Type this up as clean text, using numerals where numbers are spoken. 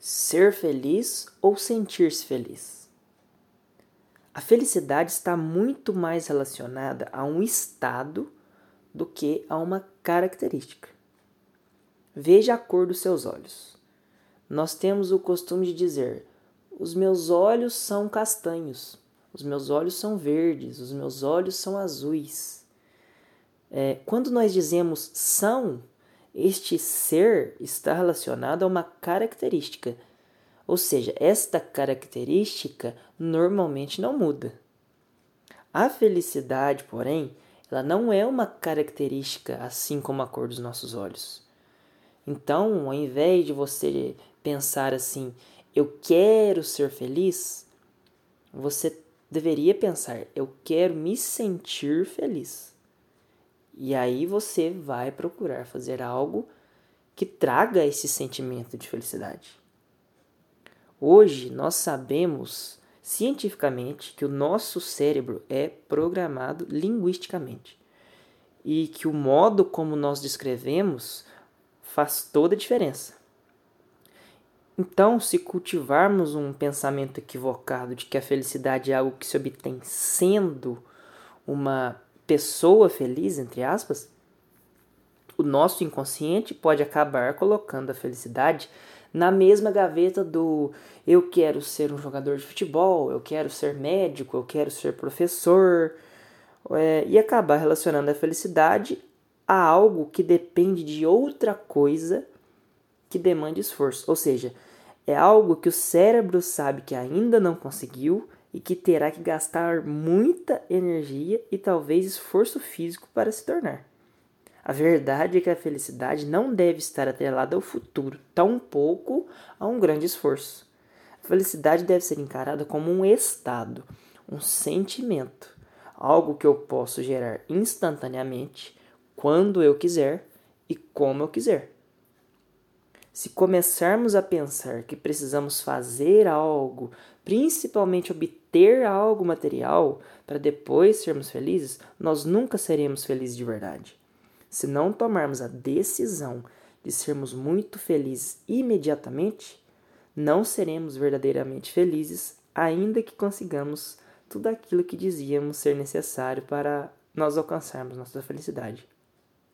Ser feliz ou sentir-se feliz? A felicidade está muito mais relacionada a um estado do que a uma característica. Veja a cor dos seus olhos. Nós temos o costume de dizer: os meus olhos são castanhos, os meus olhos são verdes, os meus olhos são azuis. Quando nós dizemos são, este ser está relacionado a uma característica. Ou seja, esta característica normalmente não muda. A felicidade, porém, ela não é uma característica assim como a cor dos nossos olhos. Então, ao invés de você pensar assim, eu quero ser feliz, você deveria pensar, eu quero me sentir feliz. E aí você vai procurar fazer algo que traga esse sentimento de felicidade. Hoje nós sabemos cientificamente que o nosso cérebro é programado linguisticamente e que o modo como nós descrevemos faz toda a diferença. Então, se cultivarmos um pensamento equivocado de que a felicidade é algo que se obtém sendo uma pessoa feliz, entre aspas, o nosso inconsciente pode acabar colocando a felicidade na mesma gaveta do eu quero ser um jogador de futebol, eu quero ser médico, eu quero ser professor, e acabar relacionando a felicidade a algo que depende de outra coisa que demande esforço. Ou seja, é algo que o cérebro sabe que ainda não conseguiu e que terá que gastar muita energia e talvez esforço físico para se tornar. A verdade é que a felicidade não deve estar atrelada ao futuro, tampouco a um grande esforço. A felicidade deve ser encarada como um estado, um sentimento, algo que eu posso gerar instantaneamente, quando eu quiser e como eu quiser. Se começarmos a pensar que precisamos fazer algo, principalmente obter algo material, para depois sermos felizes, nós nunca seremos felizes de verdade. Se não tomarmos a decisão de sermos muito felizes imediatamente, não seremos verdadeiramente felizes, ainda que consigamos tudo aquilo que dizíamos ser necessário para nós alcançarmos nossa felicidade.